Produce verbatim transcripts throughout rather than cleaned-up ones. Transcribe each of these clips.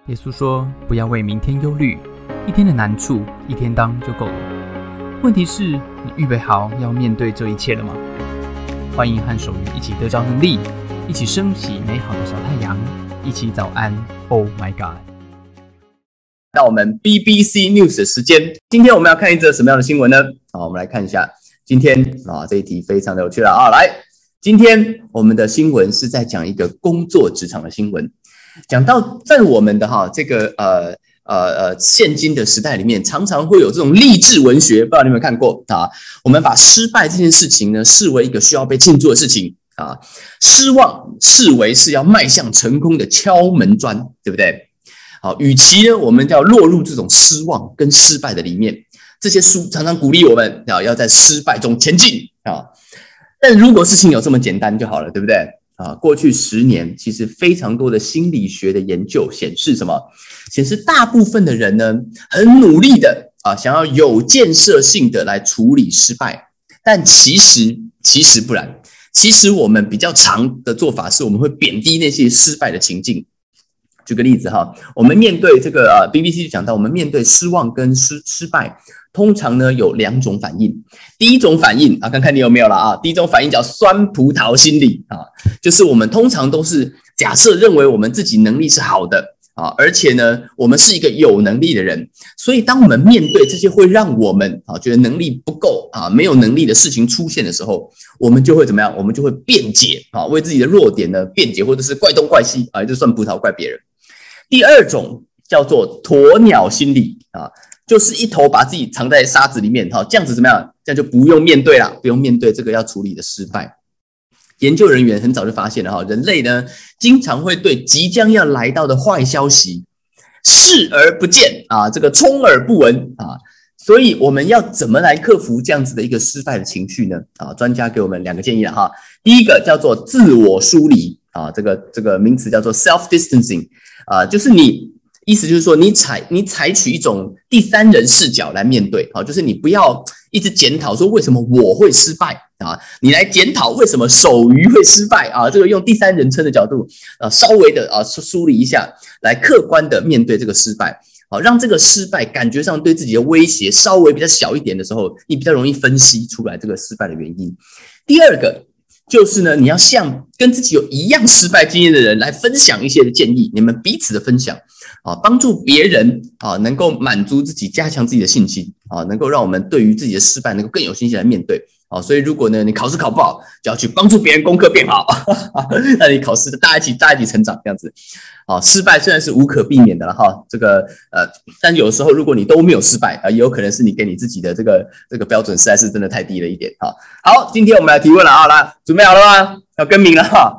耶稣说：“不要为明天忧虑，一天的难处一天当就够了。”问题是，你预备好要面对这一切了吗？欢迎和守愚一起得着能力，一起升起美好的小太阳，一起早安 ！Oh my God！ 到我们 B B C News 的时间，今天我们要看一则什么样的新闻呢？好，我们来看一下今天啊这一题非常的有趣了啊！来，今天我们的新闻是在讲一个工作职场的新闻。讲到在我们的哈这个呃呃呃现今的时代里面，常常会有这种励志文学，不知道你有没有看过啊？我们把失败这件事情呢视为一个需要被庆祝的事情啊，失望视为是要迈向成功的敲门砖，对不对？好，与其呢我们要落入这种失望跟失败的里面，这些书常常鼓励我们啊要在失败中前进啊。但如果事情有这么简单就好了，对不对？啊，过去十年，其实非常多的心理学的研究显示什么？显示大部分的人呢，很努力的啊，想要有建设性的来处理失败，但其实其实不然。其实我们比较常的做法是，我们会贬低那些失败的情境。举个例子哈，我们面对这个呃 B B C 就讲到，我们面对失望跟失失败，通常呢有两种反应。第一种反应啊，看看你有没有了啊。第一种反应叫酸葡萄心理啊，就是我们通常都是假设认为我们自己能力是好的啊，而且呢，我们是一个有能力的人，所以当我们面对这些会让我们啊觉得能力不够啊、没有能力的事情出现的时候，我们就会怎么样？我们就会辩解啊，为自己的弱点呢辩解，或者是怪东怪西啊，就算葡萄怪别人。第二种叫做鸵鸟心理啊，就是一头把自己藏在沙子里面，好，这样子怎么样？这样就不用面对了，不用面对这个要处理的失败。研究人员很早就发现了哈，人类呢经常会对即将要来到的坏消息视而不见啊，这个充耳不闻啊。所以我们要怎么来克服这样子的一个失败的情绪呢？啊，专家给我们两个建议了哈。第一个叫做自我疏离啊，这个这个名词叫做 self distancing 啊，就是你意思就是说你采你采取一种第三人视角来面对啊，就是你不要一直检讨说为什么我会失败啊，你来检讨为什么守愚会失败啊，这个用第三人称的角度啊，稍微的啊梳理一下，来客观的面对这个失败。好，让这个失败感觉上对自己的威胁稍微比较小一点的时候，你比较容易分析出来这个失败的原因。第二个就是呢，你要向跟自己有一样失败经验的人来分享一些的建议，你们彼此的分享啊，帮助别人啊，能够满足自己，加强自己的信心啊，能够让我们对于自己的失败能够更有信心来面对。好，所以如果呢你考试考不好，就要去帮助别人功课变好，那你考试大家一起大家一起成长这样子。好，失败虽然是无可避免的了哈，这个呃，但有时候如果你都没有失败啊，也有可能是你给你自己的这个这个标准实在是真的太低了一点哈。好，今天我们来提问了啊，来准备好了吗？要更名了哈。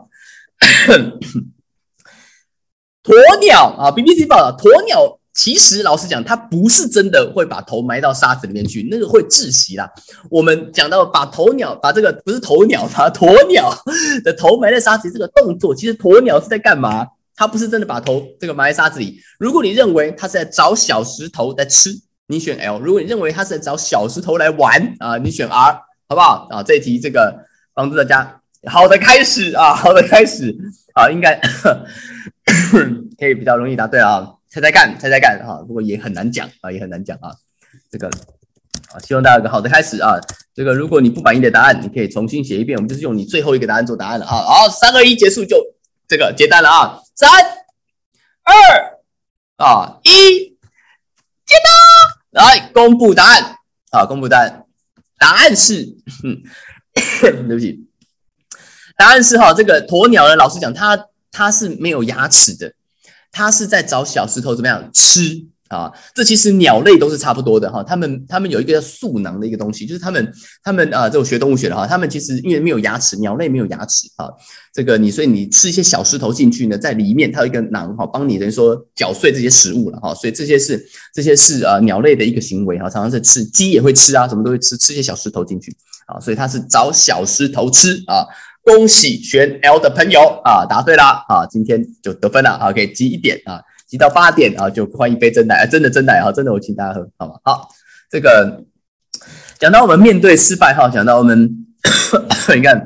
鸵鸟啊 ，B B C 报道，鸵鸟其实老实讲，它不是真的会把头埋到沙子里面去，那个会窒息啦。我们讲到把鸵鸟，把这个不是鸵鸟，把鸵鸟的头埋在沙子里这个动作，其实鸵鸟是在干嘛？它不是真的把头这个埋在沙子里。如果你认为它是在找小石头在吃，你选 L； 如果你认为它是在找小石头来玩啊，你选 R， 好不好？啊，这一题这个帮助大家好的开始啊，好的开始啊，应该可以比较容易答对啊。猜猜看，猜猜看啊！不过也很难讲啊，也很难讲啊。这个啊，希望大家有个好的开始啊。这个如果你不满意的答案，你可以重新写一遍，我们就是用你最后一个答案做答案了啊。好，三二一结束就这个结单了啊。三二啊一，结单！来公布答案啊，公布答案。答案是，嗯，对不起，答案是哈，这个鸵鸟呢，老实讲，它它是没有牙齿的。它是在找小石头怎么样吃啊？这其实鸟类都是差不多的哈。他们他们有一个叫嗉囊的一个东西，就是他们他们啊，这种学动物学的哈，他们其实因为没有牙齿，鸟类没有牙齿啊。这个你所以你吃一些小石头进去呢，在里面它有一个囊哈，帮你等于说搅碎这些食物了哈。所以这些是这些是啊鸟类的一个行为哈，常常是吃，鸡也会吃啊，什么都会吃，吃一些小石头进去啊。所以它是找小石头吃啊。恭喜选 L 的朋友啊，答对啦啊，今天就得分了啊，可以积一点啊，积到八点啊，就换一杯真奶，啊、真的真奶啊，真的我请大家喝，好吗？好，这个讲到我们面对失败哈，讲到我们你看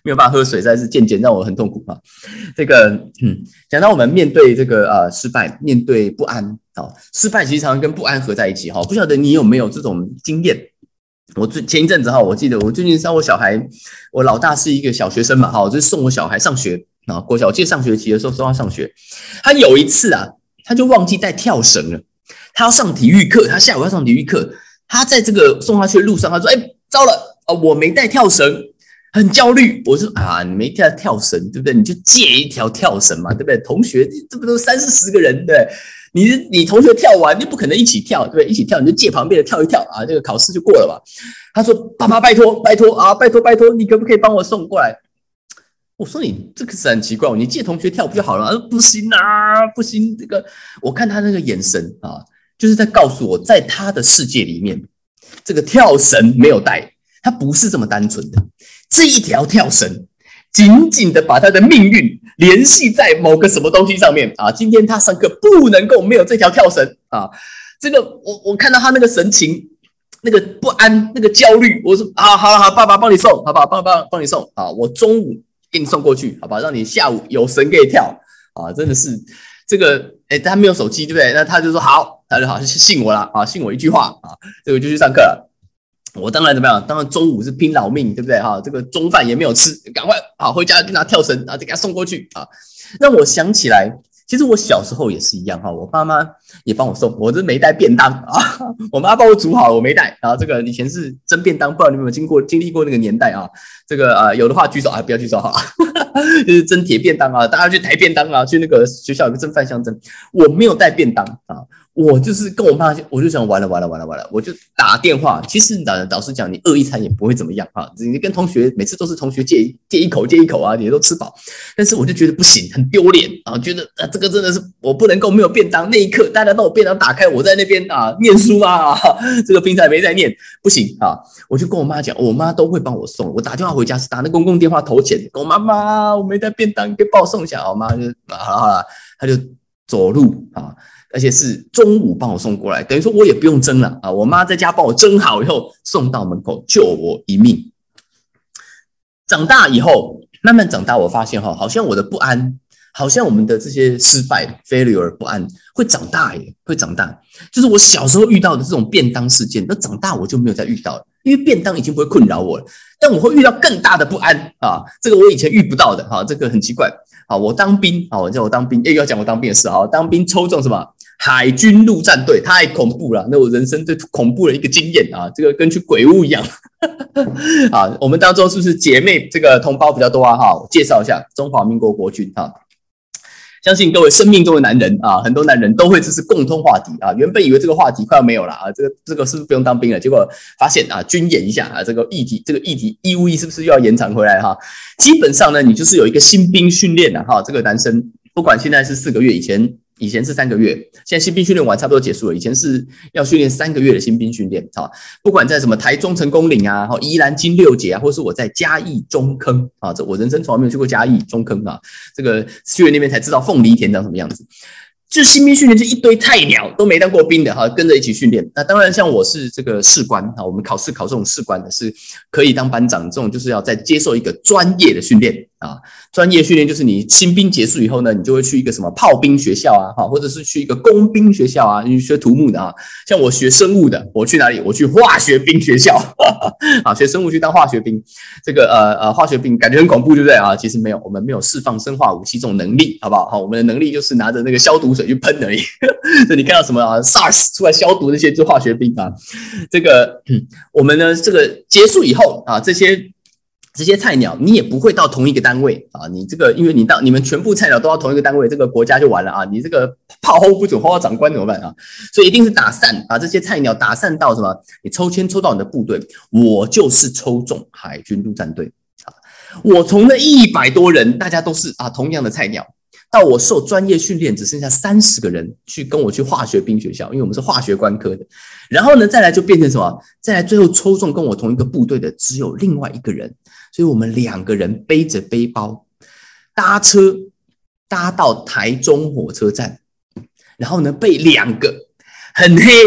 没有办法喝水，实在是渐渐让我很痛苦啊。这个，嗯，讲到我们面对这个呃失败，面对不安，哦，失败其实常常跟不安合在一起哈。不晓得你有没有这种经验？我最前一阵子哈，我记得我最近上我小孩，我老大是一个小学生嘛，哈，我就是送我小孩上学啊，国小，我记得上学期的时候送他上学，他有一次啊，他就忘记带跳绳了，他要上体育课，他下午要上体育课，他在这个送他去的路上，他说：“哎、欸，糟了啊，我没带跳绳。”很焦虑，我说啊，你没带跳绳，对不对？你就借一条跳绳嘛，对不对？同学这不都三四十个人，对不对？你你同学跳完，你不可能一起跳，对不对？一起跳，你就借旁边的跳一跳啊，这个考试就过了吧。他说：“爸爸，拜托，拜托啊，拜托，拜托，你可不可以帮我送过来？”我说：“你这个是很奇怪，你借同学跳不就好了？”他说：“不行啊，不行。”这个我看他那个眼神啊，就是在告诉我，在他的世界里面，这个跳绳没有带，他不是这么单纯的。这一条跳绳紧紧的把他的命运联系在某个什么东西上面啊！今天他上课不能够没有这条跳绳啊！这个我我看到他那个神情，那个不安，那个焦虑，我说啊，好了好，爸爸帮你送，好不好？爸爸帮你送啊！我中午给你送过去，好吧？让你下午有绳可以跳啊！真的是这个，哎，他没有手机，对不对？那他就说好，他就好信我了啊，信我一句话啊，这个就去上课了。我当然怎么样？当然中午是拼老命，对不对？哈，这个中饭也没有吃，赶快好回家跟他跳绳啊，再给他送过去啊。让我想起来，其实我小时候也是一样哈，我爸妈也帮我送，我这没带便当啊，我妈帮我煮好了，我没带。然后这个以前是蒸便当，不知道你们有没有经过经历过那个年代啊？这个啊、呃，有的话举手啊，不要举手哈，就是蒸铁便当啊，大家去抬便当啊，去那个学校有个蒸饭箱蒸，我没有带便当啊。我就是跟我妈，我就想完了完了完了完了，我就打电话。其实老实讲，你饿一餐也不会怎么样啊。你跟同学每次都是同学借借一口借一口啊，也都吃饱。但是我就觉得不行，很丢脸啊，觉得啊这个真的是我不能够没有便当。那一刻大家都有便当打开，我在那边啊念书啊，这个平常没在念，不行啊。我就跟我妈讲，我妈都会帮我送。我打电话回家是打那公共电话投钱，跟我妈妈我没带便当，你可以帮我送一下。我妈就啊好了好了，她就走路啊。而且是中午帮我送过来，等于说我也不用蒸了啊！我妈在家帮我蒸好以后送到门口，救我一命。长大以后，慢慢长大，我发现哈，好像我的不安，好像我们的这些失败 failure 不安会长大耶，会长大。就是我小时候遇到的这种便当事件，那长大我就没有再遇到了，因为便当已经不会困扰我了。但我会遇到更大的不安啊！这个我以前遇不到的哈，这个很奇怪。好，我当兵啊，我叫我当兵，又要讲我当兵的事啊。当兵抽中什么？海军陆战队，太恐怖了，那我人生最恐怖的一个经验啊，这个跟去鬼屋一样。啊，我们当中是不是姐妹这个同胞比较多啊？哈，我介绍一下中华民国国军啊。相信各位生命中的男人啊，很多男人都会这是共通话题啊。原本以为这个话题快要没有了啊，这个这个是不是不用当兵了？结果发现啊，军演一下啊，这个议题这个议题义务役是不是又要延长回来哈？基本上呢，你就是有一个新兵训练啊，哈，这个男生不管现在是四个月以前。以前是三个月，现在新兵训练完差不多结束了。以前是要训练三个月的新兵训练，啊，不管在什么台中成功岭啊，宜兰金六结啊，或是我在嘉义中坑啊，这我人生从来没有去过嘉义中坑啊，这个去了那边才知道凤梨田长什么样子。就新兵训练就一堆菜鸟都没当过兵的哈，跟着一起训练。那当然像我是这个士官啊，我们考试考这种士官的是可以当班长，这种就是要再接受一个专业的训练啊。专业训练就是你新兵结束以后呢，你就会去一个什么炮兵学校啊，或者是去一个工兵学校啊，你学土木的啊。像我学生物的，我去哪里？我去化学兵学校啊，学生物去当化学兵。这个呃呃化学兵感觉很恐怖，对不对啊？其实没有，我们没有释放生化武器这种能力，好不好？好，我们的能力就是拿着那个消毒水去喷而已。所以你看到什么啊 SARS 出来消毒那些就是化学兵啊。这个、嗯、我们呢，这个结束以后啊，这些。这些菜鸟你也不会到同一个单位啊，你这个因为你到你们全部菜鸟都到同一个单位，这个国家就完了啊，你这个炮轰不准，轰到长官怎么办啊？所以一定是打散啊，这些菜鸟打散到什么？你抽签抽到你的部队，我就是抽中海军陆战队啊，我从那一百多人，大家都是啊同样的菜鸟。到我受专业训练只剩下三十个人去跟我去化学兵学校，因为我们是化学官科的。然后呢，再来就变成什么？再来最后抽中跟我同一个部队的只有另外一个人，所以我们两个人背着背包搭车搭到台中火车站，然后呢被两个很黑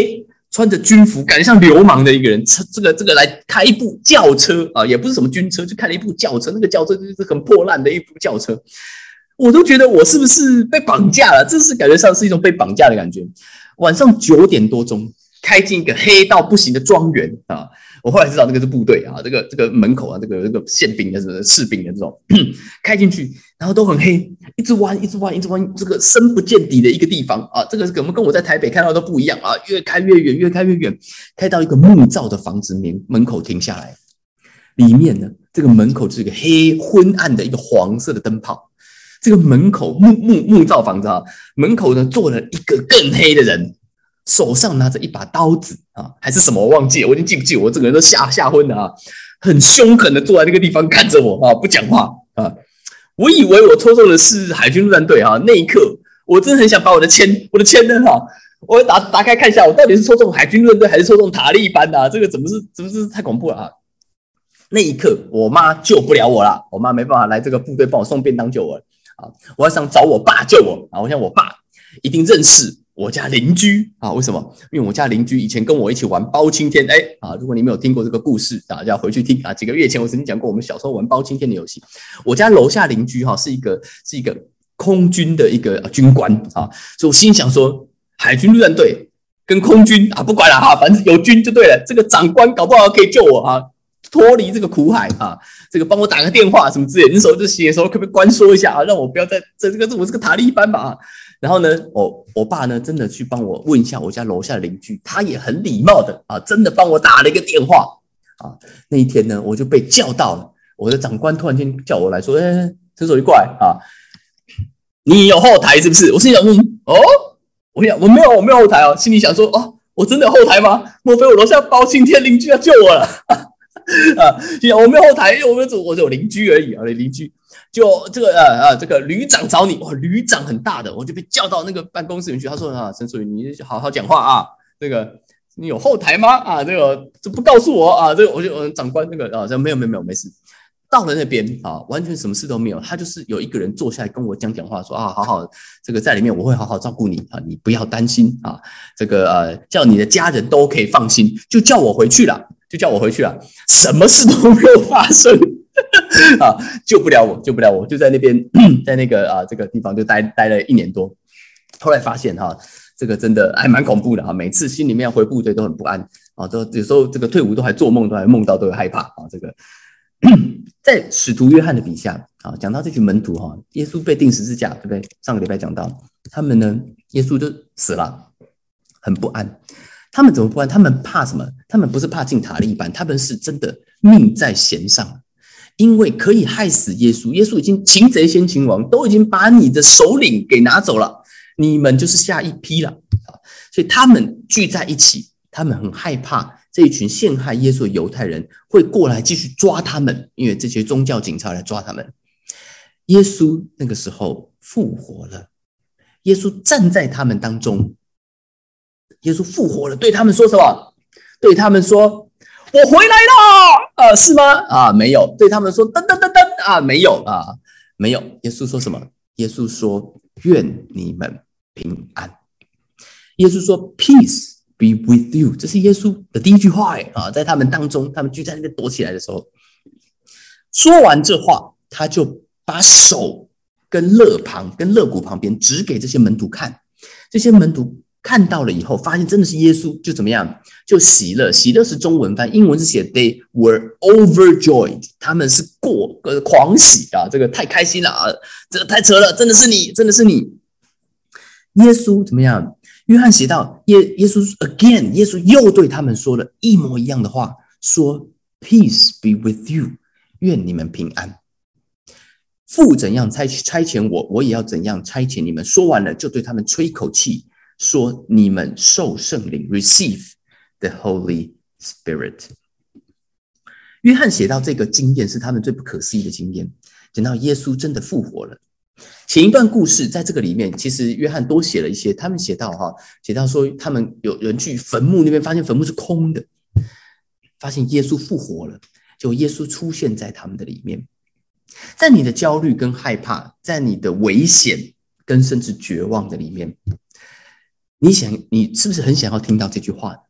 穿着军服，感觉像流氓的一个人，这个这个来开一部轿车啊，也不是什么军车，就开了一部轿车，那个轿车就是很破烂的一部轿车，我都觉得我是不是被绑架了？这是感觉上是一种被绑架的感觉。晚上九点多钟，开进一个黑到不行的庄园啊！我后来知道那个是部队啊，这个这个门口啊，这个这个宪兵的、士兵的这种开进去，然后都很黑，一直弯，一直弯，一直弯，这个深不见底的一个地方啊，这个可能跟我在台北看到的都不一样啊，越开越远，越开越远，开到一个木造的房子门门口停下来，里面呢，这个门口是一个黑昏暗的一个黄色的灯泡，这个门口木木木造房子啊，门口呢坐了一个更黑的人。手上拿着一把刀子啊，还是什么我忘记了，我已经记不记得，我整个人都吓吓昏了啊！很凶狠的坐在那个地方看着我啊，不讲话啊。我以为我抽中的是海军陆战队啊，那一刻我真的很想把我的签，我的签呢哈，我打打开看一下，我到底是抽中海军陆战队还是抽中塔利班啊？这个怎么是怎么是太恐怖了啊！那一刻我妈救不了我了，我妈没办法来这个部队帮我送便当救我啊，我要想找我爸救我啊，我想我爸一定认识。我家邻居啊，为什么？因为我家邻居以前跟我一起玩包青天，哎啊，如果你没有听过这个故事啊，就要回去听啊。几个月前我曾经讲过，我们小时候玩包青天的游戏。我家楼下邻居哈、啊、是一个是一个空军的一个军官啊，所以我心想说，海军陆战队跟空军啊，不管了哈，反正有军就对了。这个长官搞不好可以救我啊，脱离这个苦海啊，这个帮我打个电话什么之类的。那时候就写的时候，可不可以关说一下啊，让我不要再这这个我是个塔利班吧啊。然后呢，我我爸呢，真的去帮我问一下我家楼下的邻居，他也很礼貌的啊，真的帮我打了一个电话啊。那一天呢，我就被叫到了，我的长官突然间叫我来说，哎，陈守仪过来啊，你有后台是不是？我心想，嗯，哦，我想我没有，我没有后台哦，心里想说，哦，我真的有后台吗？莫非我楼下包青天邻居要救我了？啊，我没有后台，因为我没有，我只有邻居而已啊，邻居。就这个呃呃，这个旅长找你，哇，旅长很大的，我就被叫到那个办公室里面去。他说啊，陈守仪，你好好讲话啊，这个你有后台吗？啊，这个这不告诉我啊，这个我就、呃、长官那个啊，没有没有没有没事。到了那边啊，完全什么事都没有，他就是有一个人坐下来跟我讲讲话，说啊，好好，这个在里面我会好好照顾你啊，你不要担心啊，这个呃，叫你的家人都可以放心，就叫我回去了，就叫我回去了，什么事都没有发生。啊，救不了我，救不了我，就在那边，在那个啊这个地方就待待了一年多。后来发现哈、啊，这个真的还蛮恐怖的啊，每次心里面要回部队都很不安啊，都有时候这个退伍都还做梦，都还梦到，都会害怕啊。这个在使徒约翰的笔下啊，讲到这群门徒哈、啊，耶稣被钉十字架，对不对？上个礼拜讲到他们呢，耶稣就死了，很不安。他们怎么不安？他们怕什么？他们不是怕进塔利班，他们是真的命在弦上。因为可以害死耶稣，耶稣已经擒贼先擒王，都已经把你的首领给拿走了，你们就是下一批了。所以他们聚在一起，他们很害怕这一群陷害耶稣的犹太人会过来继续抓他们，因为这些宗教警察来抓他们。耶稣那个时候复活了，耶稣站在他们当中，耶稣复活了，对他们说什么？对他们说，我回来了啊，是吗？啊，没有。对他们说，噔噔噔噔啊，没有啊，没有。耶稣说什么？耶稣说，愿你们平安。耶稣说 ，Peace be with you。这是耶稣的第一句话哎啊，在他们当中，他们聚在那边躲起来的时候，说完这话，他就把手跟肋旁、跟肋骨旁边指给这些门徒看，这些门徒。看到了以后，发现真的是耶稣，就怎么样？就喜乐。喜乐是中文翻，英文是写 They were overjoyed， 他们是过呃狂喜啊，这个太开心了啊，这个太扯了，真的是你，真的是你。耶稣怎么样？约翰写到耶耶稣 again， 耶稣又对他们说了一模一样的话，说 Peace be with you， 愿你们平安。父怎样差差遣我，我也要怎样差遣你们。说完了，就对他们吹一口气。说你们受圣灵 receive the Holy Spirit。 约翰写到这个经验是他们最不可思议的经验，讲到耶稣真的复活了。前一段故事在这个里面，其实约翰多写了一些，他们写到哈，写到说他们有人去坟墓那边，发现坟墓是空的，发现耶稣复活了，就耶稣出现在他们的里面。在你的焦虑跟害怕，在你的危险跟甚至绝望的里面，你想，你是不是很想要听到这句话？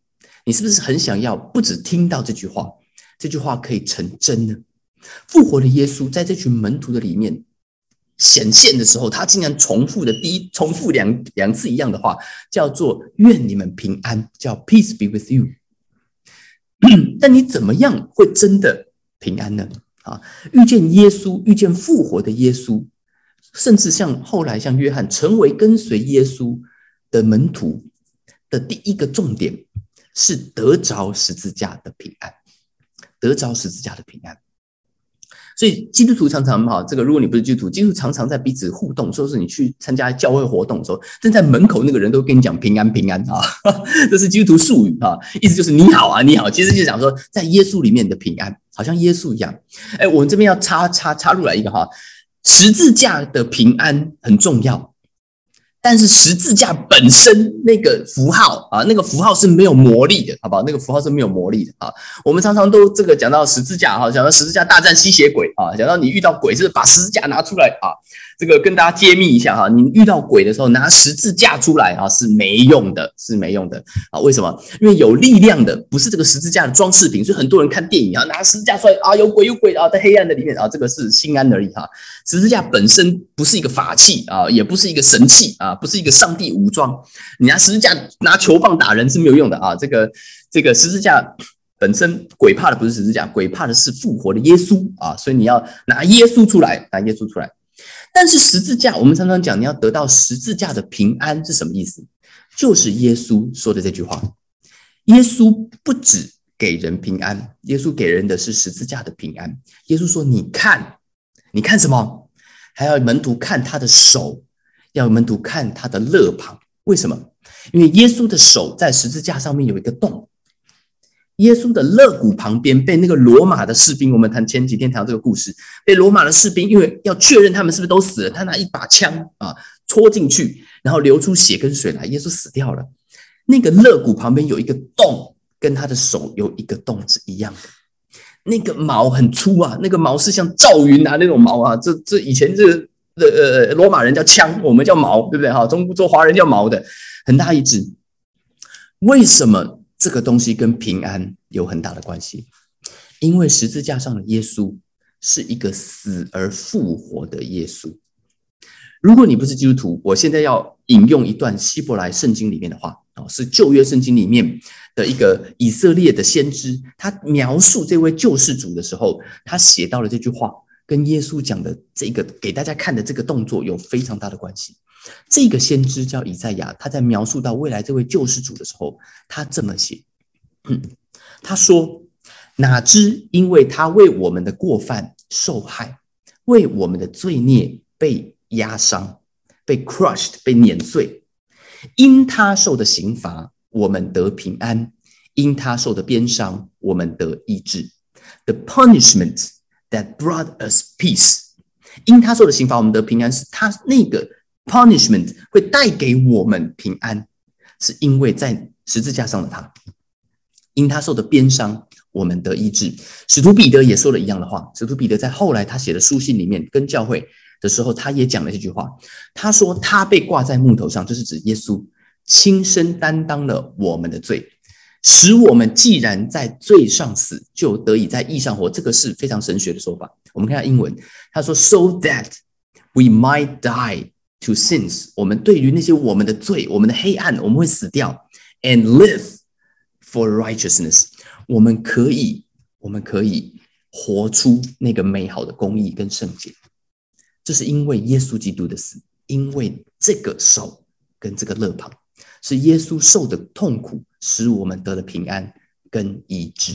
你是不是很想要不只听到这句话，这句话可以成真呢？复活的耶稣在这群门徒的里面显现的时候，他竟然重复的第一重复两两次一样的话，叫做愿你们平安，叫 Peace be with you。但你怎么样会真的平安呢？啊，遇见耶稣，遇见复活的耶稣，甚至像后来像约翰成为跟随耶稣的门徒的第一个重点是得着十字架的平安，得着十字架的平安。所以基督徒常常哈，这个如果你不是基督徒，基督徒常常在彼此互动，说是你去参加教会活动的时候，站在门口那个人都跟你讲平安平安啊，这是基督徒术语啊，意思就是你好啊你好，其实就讲说在耶稣里面的平安，好像耶稣一样。哎，我们这边要插插插入来一个哈，十字架的平安很重要。但是十字架本身那个符号啊，那个符号是没有魔力的，好不好？那个符号是没有魔力的啊。我们常常都这个讲到十字架哈，讲到十字架大战吸血鬼啊，讲到你遇到鬼是把十字架拿出来啊。这个跟大家揭秘一下哈，你遇到鬼的时候拿十字架出来啊是没用的，是没用的啊。为什么？因为有力量的不是这个十字架的装饰品，所以很多人看电影啊拿十字架出来啊，有鬼有鬼啊，在黑暗的里面啊，这个是心安而已哈。十字架本身不是一个法器啊，也不是一个神器啊，不是一个上帝武装。你拿十字架拿球棒打人是没有用的啊。这个这个十字架本身鬼怕的不是十字架，鬼怕的是复活的耶稣啊，所以你要拿耶稣出来，拿耶稣出来。但是十字架，我们常常讲你要得到十字架的平安是什么意思？就是耶稣说的这句话。耶稣不只给人平安，耶稣给人的是十字架的平安。耶稣说你看，你看什么？还要门徒看他的手，要门徒看他的肋旁。为什么？因为耶稣的手在十字架上面有一个洞，耶稣的肋骨旁边被那个罗马的士兵，我们谈前几天谈到这个故事，被罗马的士兵因为要确认他们是不是都死了，他拿一把枪啊戳进去，然后流出血跟水来，耶稣死掉了。那个肋骨旁边有一个洞，跟他的手有一个洞是一样的。那个毛很粗啊，那个毛是像赵云啊那种毛啊，这这以前这个呃罗马人叫枪，我们叫毛，对不对哈？中中华人叫毛的，很大一只。为什么这个东西跟平安有很大的关系？因为十字架上的耶稣是一个死而复活的耶稣。如果你不是基督徒，我现在要引用一段希伯来圣经里面的话，是旧约圣经里面的一个以色列的先知，他描述这位救世主的时候，他写到了这句话，跟耶稣讲的这个给大家看的这个动作有非常大的关系。这个先知叫以赛亚，他在描述到未来这位救世主的时候，他这么写，嗯、他说：哪知因为他为我们的过犯受害，为我们的罪孽被压伤，被 crushed， 被碾碎。因他受的刑罚，我们得平安；因他受的鞭伤，我们得医治。The punishment that brought us peace。因他受的刑罚，我们得平安，是他那个 punishment 会带给我们平安，是因为在十字架上的他。因他受的鞭伤，我们得医治。使徒彼得也说了一样的话。使徒彼得在后来他写的书信里面跟教会的时候，他也讲了这句话。他说他被挂在木头上，就是指耶稣亲身担当了我们的罪，使我们既然在罪上死，就得以在义上活。这个是非常神学的说法。我们看下英文，他说 So that we might die to sins。 我们对于那些我们的罪，我们的黑暗，我们会死掉 and live for righteousness。 我们可以我们可以活出那个美好的公义跟圣洁。这是因为耶稣基督的死，因为这个手跟这个肋旁是耶稣受的痛苦，使我们得了平安跟医治，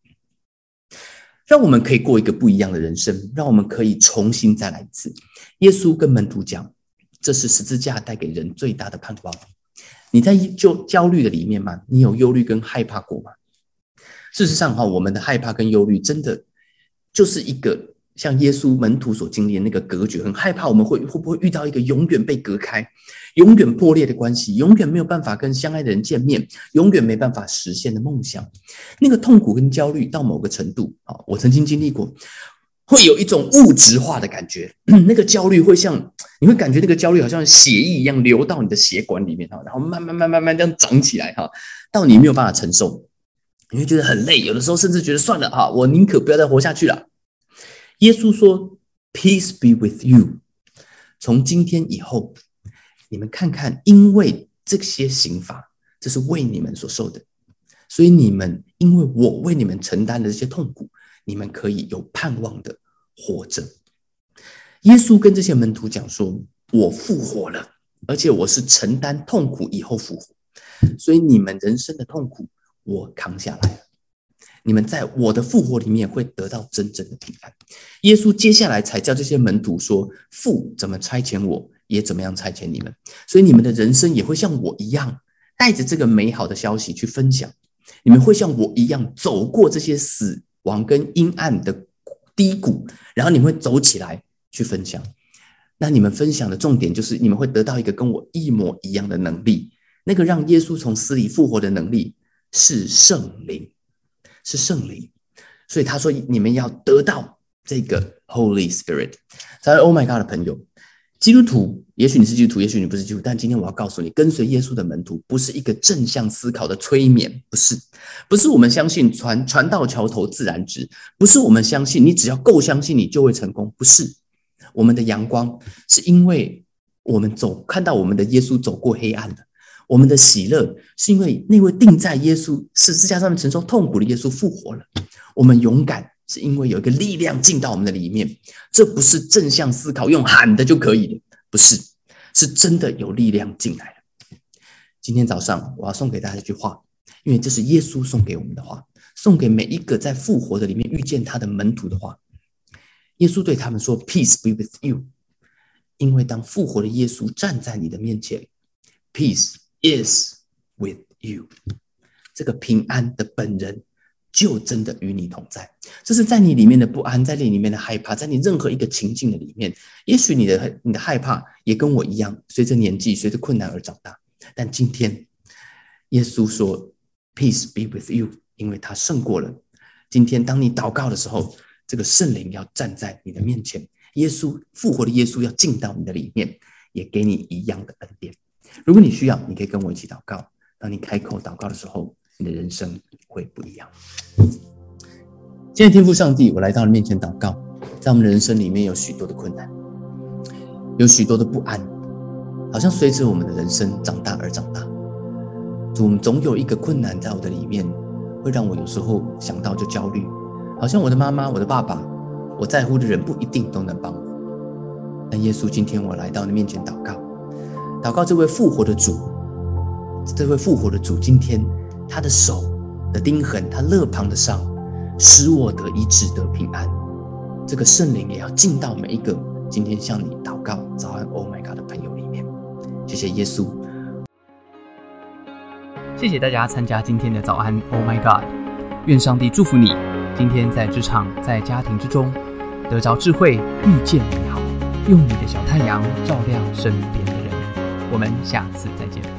让我们可以过一个不一样的人生，让我们可以重新再来一次。耶稣跟门徒讲，这是十字架带给人最大的盼望。你在就焦虑的里面吗？你有忧虑跟害怕过吗？事实上我们的害怕跟忧虑真的就是一个像耶稣门徒所经历的那个隔绝，很害怕我们会会不会遇到一个永远被隔开，永远破裂的关系，永远没有办法跟相爱的人见面，永远没办法实现的梦想。那个痛苦跟焦虑到某个程度，我曾经经历过，会有一种物质化的感觉。那个焦虑会像，你会感觉那个焦虑好像血液一样流到你的血管里面，然后慢慢慢慢慢这样长起来，到你没有办法承受。 你会觉得很累，有的时候甚至觉得算了啊，我宁可不要再活下去了。耶稣说 Peace be with you， 从今天以后，你们看看，因为这些刑罚，这是为你们所受的，所以你们因为我为你们承担的这些痛苦，你们可以有盼望的活着。耶稣跟这些门徒讲说，我复活了，而且我是承担痛苦以后复活，所以你们人生的痛苦我扛下来了，你们在我的复活里面会得到真正的平安。耶稣接下来才叫这些门徒说，父怎么差遣我，也怎么样差遣你们，所以你们的人生也会像我一样，带着这个美好的消息去分享，你们会像我一样走过这些死亡跟阴暗的低谷，然后你们会走起来去分享。那你们分享的重点就是你们会得到一个跟我一模一样的能力，那个让耶稣从死里复活的能力是圣灵，是圣灵。所以他说你们要得到这个 Holy Spirit。 在 Oh my God 的朋友，基督徒，也许你是基督徒，也许你不是基督徒，但今天我要告诉你，跟随耶稣的门徒不是一个正向思考的催眠，不是不是我们相信船船到桥头自然直，不是我们相信你只要够相信你就会成功，不是。我们的阳光是因为我们走看到我们的耶稣走过黑暗了，我们的喜乐是因为那位钉在耶稣十字架上面承受痛苦的耶稣复活了，我们勇敢是因为有一个力量进到我们的里面。这不是正向思考用喊的就可以的，不是，是真的有力量进来了。今天早上我要送给大家一句话，因为这是耶稣送给我们的话，送给每一个在复活的里面遇见他的门徒的话。耶稣对他们说 Peace be with you， 因为当复活的耶稣站在你的面前， Peace is with you， 这个平安的本人就真的与你同在。这是在你里面的不安，在你里面的害怕，在你任何一个情境的里面，也许你的你的害怕也跟我一样，随着年纪随着困难而长大，但今天耶稣说 Peace be with you， 因为他胜过了。今天当你祷告的时候，这个圣灵要站在你的面前，耶稣复活的耶稣要进到你的里面，也给你一样的恩典。如果你需要，你可以跟我一起祷告。当你开口祷告的时候，你的人生会不一样。现在天父上帝，我来到你面前祷告，在我们的人生里面有许多的困难，有许多的不安，好像随着我们的人生长大而长大。主，我们总有一个困难在我的里面，会让我有时候想到就焦虑，好像我的妈妈，我的爸爸，我在乎的人不一定都能帮我。但耶稣，今天我来到你面前祷告，祷告这位复活的主，这位复活的主，今天他的手的钉痕，他肋旁的伤，使我得医治得平安。这个圣灵也要进到每一个今天向你祷告早安 Oh my God 的朋友里面。谢谢耶稣。 谢谢大家参加今天的早安 Oh my God， 愿上帝祝福你，今天在职场在家庭之中得着智慧，遇见美好，用你的小太阳照亮身边的人。我们下次再见。